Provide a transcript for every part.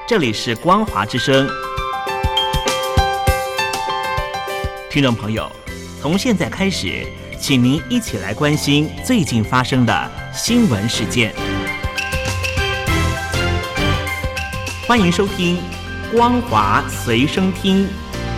这里是光华之声。听众朋友，从现在开始，请您一起来关心最近发生的新闻事件。欢迎收听光华随身听。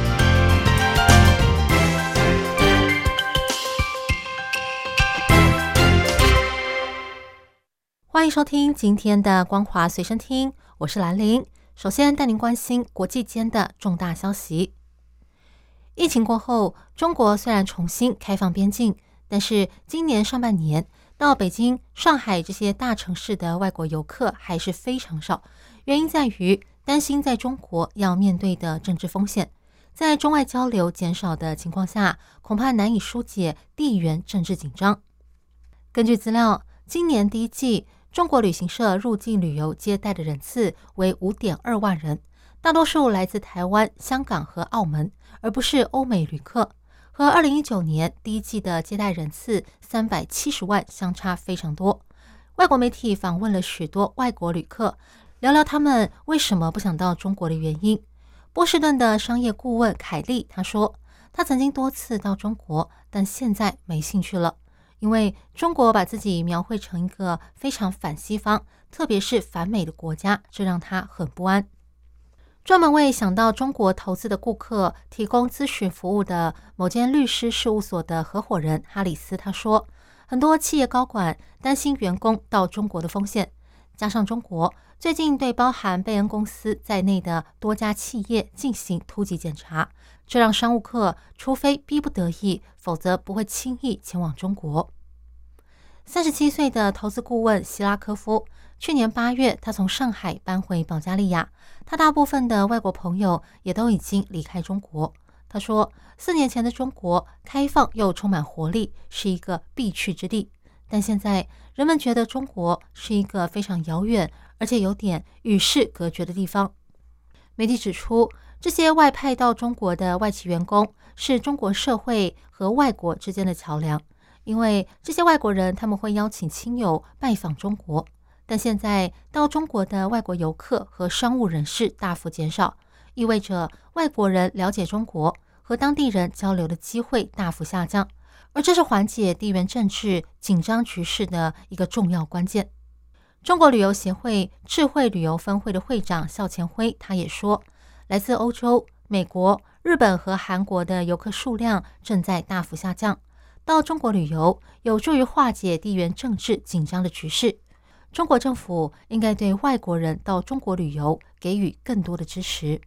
欢迎收听今天的光华随身听，我是兰玲。首先带您关心国际间的重大消息。疫情过后，中国虽然重新开放边境，但是今年上半年到北京、上海这些大城市的外国游客还是非常少，原因在于担心在中国要面对的政治风险，在中外交流减少的情况下，恐怕难以疏解地缘政治紧张。根据资料，今年第一季中国旅行社入境旅游接待的人次为 5.2 万人，大多数来自台湾、香港和澳门，而不是欧美旅客，和2019年第一季的接待人次370万相差非常多。外国媒体访问了许多外国旅客，聊聊他们为什么不想到中国的原因。波士顿的商业顾问凯利他说，他曾经多次到中国，但现在没兴趣了，因为中国把自己描绘成一个非常反西方，特别是反美的国家，这让他很不安。专门为想到中国投资的顾客提供咨询服务的某间律师事务所的合伙人哈里斯他说，很多企业高管担心员工到中国的风险，加上中国最近对包含贝恩公司在内的多家企业进行突击检查，这让商务客除非逼不得已，否则不会轻易前往中国。37岁的投资顾问希拉科夫，去年8月他从上海搬回保加利亚，他大部分的外国朋友也都已经离开中国。他说，4年前的中国开放又充满活力，是一个必去之地，但现在人们觉得中国是一个非常遥远而且有点与世隔绝的地方。媒体指出，这些外派到中国的外籍员工是中国社会和外国之间的桥梁，因为这些外国人他们会邀请亲友拜访中国，但现在到中国的外国游客和商务人士大幅减少，意味着外国人了解中国和当地人交流的机会大幅下降，而这是缓解地缘政治紧张局势的一个重要关键。中国旅游协会智慧旅游分会的会长邵前辉他也说，来自欧洲、美国、日本和韩国的游客数量正在大幅下降，到中国旅游有助于化解地缘政治紧张的局势。中国政府应该对外国人到中国旅游给予更多的支持。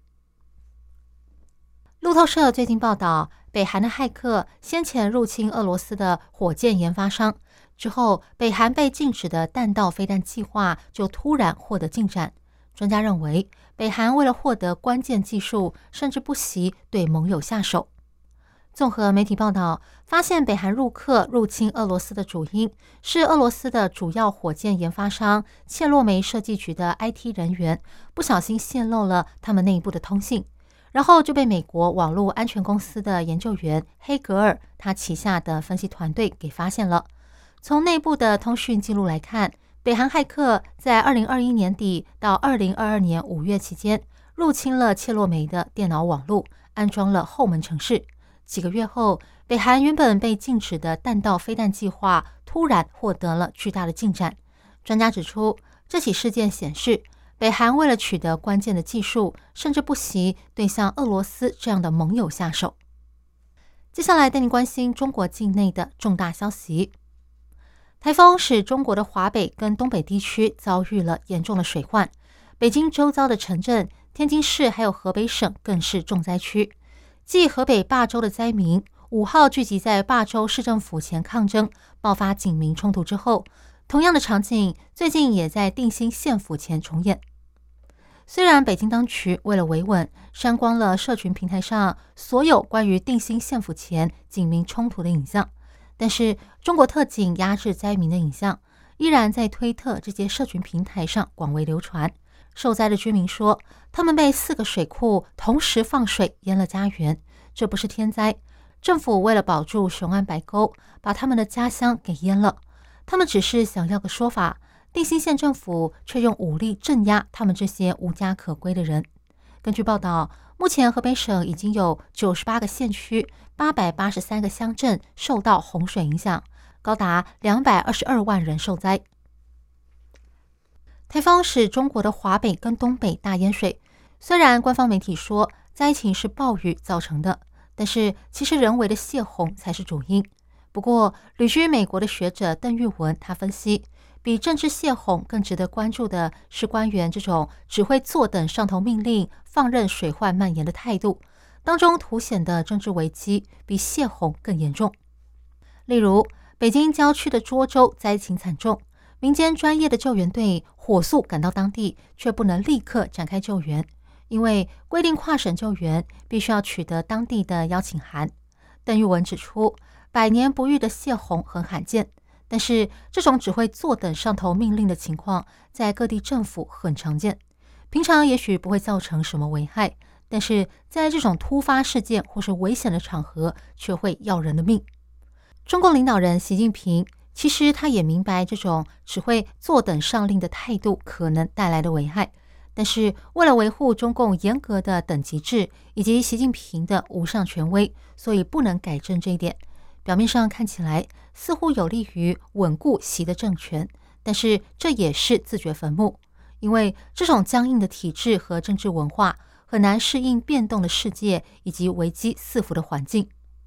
路透社最近报道，北韩的骇客先前入侵俄罗斯的火箭研发商之后，北韩被禁止的弹道飞弹计划就突然获得进展。专家认为，北韩为了获得关键技术，甚至不惜对盟友下手。综合媒体报道，发现北韩陆客入侵俄罗斯的主因是俄罗斯的主要火箭研发商切洛梅设计局的 IT 人员不小心泄露了他们内部的通信，然后就被美国网络安全公司的研究员黑格尔他旗下的分析团队给发现了。从内部的通讯记录来看，北韩骇客在2021年底到2022年5月期间入侵了切洛梅的电脑网络，安装了后门程式。几个月后，北韩原本被禁止的弹道飞弹计划突然获得了巨大的进展。专家指出，这起事件显示，北韩为了取得关键的技术，甚至不惜对像俄罗斯这样的盟友下手。接下来带您关心中国境内的重大消息。台风使中国的华北跟东北地区遭遇了严重的水患，北京周遭的城镇、天津市还有河北省更是重灾区。继河北霸州的灾民5号聚集在霸州市政府前抗争，爆发警民冲突之后，同样的场景最近也在定兴县府前重演。虽然北京当局为了维稳，删光了社群平台上所有关于定兴县府前警民冲突的影像，但是中国特警压制灾民的影像依然在推特这些社群平台上广为流传。受灾的居民说，他们被4个水库同时放水淹了家园，这不是天灾，政府为了保住雄安白沟，把他们的家乡给淹了。他们只是想要个说法， 定兴县政府却用武力镇压他们这些无家可归的人。根据报道，目前河北省已经有98个县区、883个乡镇受到洪水影响，高达222万人受灾。台风使中国的华北跟东北大淹水，虽然官方媒体说灾情是暴雨造成的，但是其实人为的泄洪才是主因。不过，旅居美国的学者邓玉文他分析，比政治泄洪更值得关注的是官员这种只会坐等上头命令、放任水患蔓延的态度，当中凸显的政治危机比泄洪更严重。例如，北京郊区的涿州灾情惨重，民间专业的救援队火速赶到当地，却不能立刻展开救援，因为规定跨省救援必须要取得当地的邀请函。邓玉文指出，100年不遇的泄洪很罕见，但是这种只会坐等上头命令的情况在各地政府很常见。平常也许不会造成什么危害，但是在这种突发事件或是危险的场合却会要人的命。中共领导人习近平其实他也明白这种只会坐等上令的态度可能带来的危害，但是为了维护中共严格的等级制以及习近平的无上权威，所以不能改正这一点。表面上看起来似乎有利于稳固习的政权，但是这也是自掘坟墓，因为这种僵硬的体制和政治文化很难适应变动的世界以及危机四伏的环境。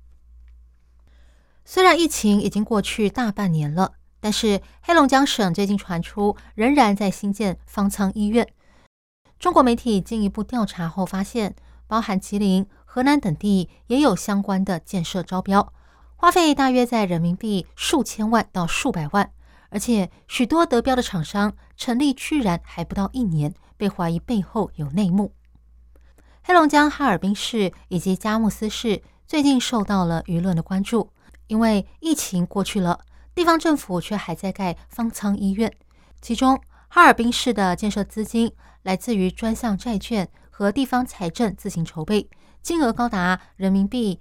虽然疫情已经过去大半年了，但是黑龙江省最近传出仍然在新建方舱医院。中国媒体进一步调查后发现，包含吉林、河南等地也有相关的建设招标，花费大约在人民币数千万到数百万，而且许多得标的厂商成立居然还不到1年，被怀疑背后有内幕。黑龙江哈尔滨市以及佳木斯市最近受到了舆论的关注，因为疫情过去了，地方政府却还在盖方舱医院。其中哈尔滨市的建设资金来自于专项债券和地方财政自行筹备，金额高达人民币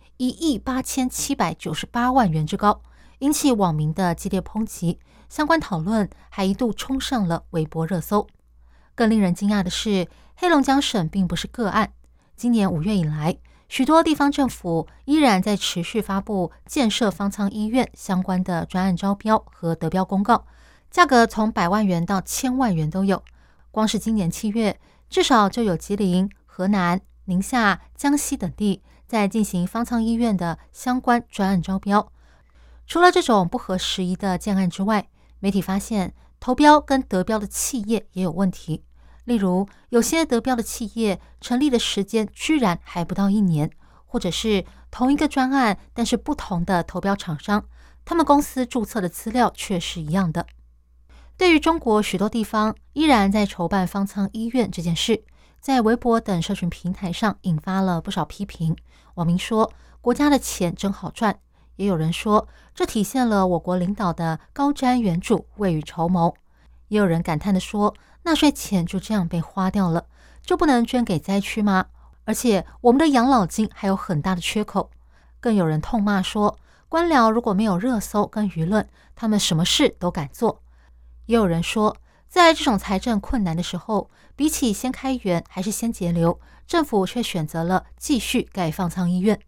18798万元之高，引起网民的激烈抨击，相关讨论还一度冲上了微博热搜。更令人惊讶的是，黑龙江省并不是个案，今年5月以来，许多地方政府依然在持续发布建设方舱医院相关的专案招标和得标公告，价格从100万元到1000万元都有。光是今年7月，至少就有吉林、河南、宁夏、江西等地在进行方舱医院的相关专案招标。除了这种不合时宜的建案之外，媒体发现投标跟得标的企业也有问题。例如，有些得标的企业成立的时间居然还不到1年，或者是同一个专案，但是不同的投标厂商，他们公司注册的资料却是一样的。对于中国许多地方依然在筹办方舱医院这件事，在微博等社群平台上引发了不少批评。网民说，国家的钱真好赚，也有人说这体现了我国领导的高瞻远瞩、未雨绸缪。也有人感叹地说，纳税钱就这样被花掉了，就不能捐给灾区吗？而且我们的养老金还有很大的缺口。更有人痛骂说，官僚如果没有热搜跟舆论，他们什么事都敢做。也有人说，在这种财政困难的时候，比起先开源还是先节流，政府却选择了继续盖方舱医院。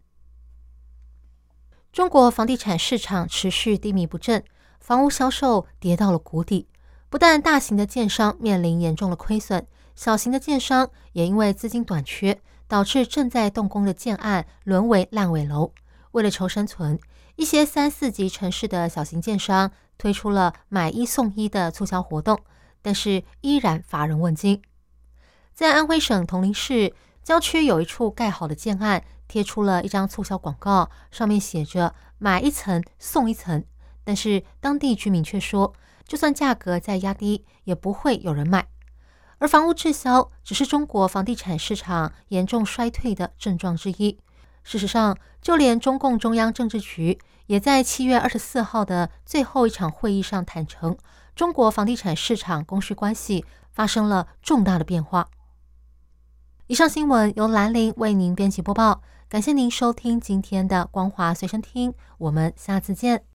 中国房地产市场持续低迷不振，房屋销售跌到了谷底。不但大型的建商面临严重的亏损，小型的建商也因为资金短缺，导致正在动工的建案沦为烂尾楼。为了求生存，一些3、4级城市的小型建商推出了买1送1的促销活动，但是依然乏人问津。在安徽省铜陵市郊区有一处盖好的建案，贴出了一张促销广告，上面写着买1层送1层，但是当地居民却说，就算价格再压低，也不会有人买。而房屋滞销只是中国房地产市场严重衰退的症状之一。事实上，就连中共中央政治局也在7月24号的最后一场会议上坦诚，中国房地产市场供需关系发生了重大的变化。以上新闻由兰陵为您编辑播报，感谢您收听今天的光华随身听，我们下次见。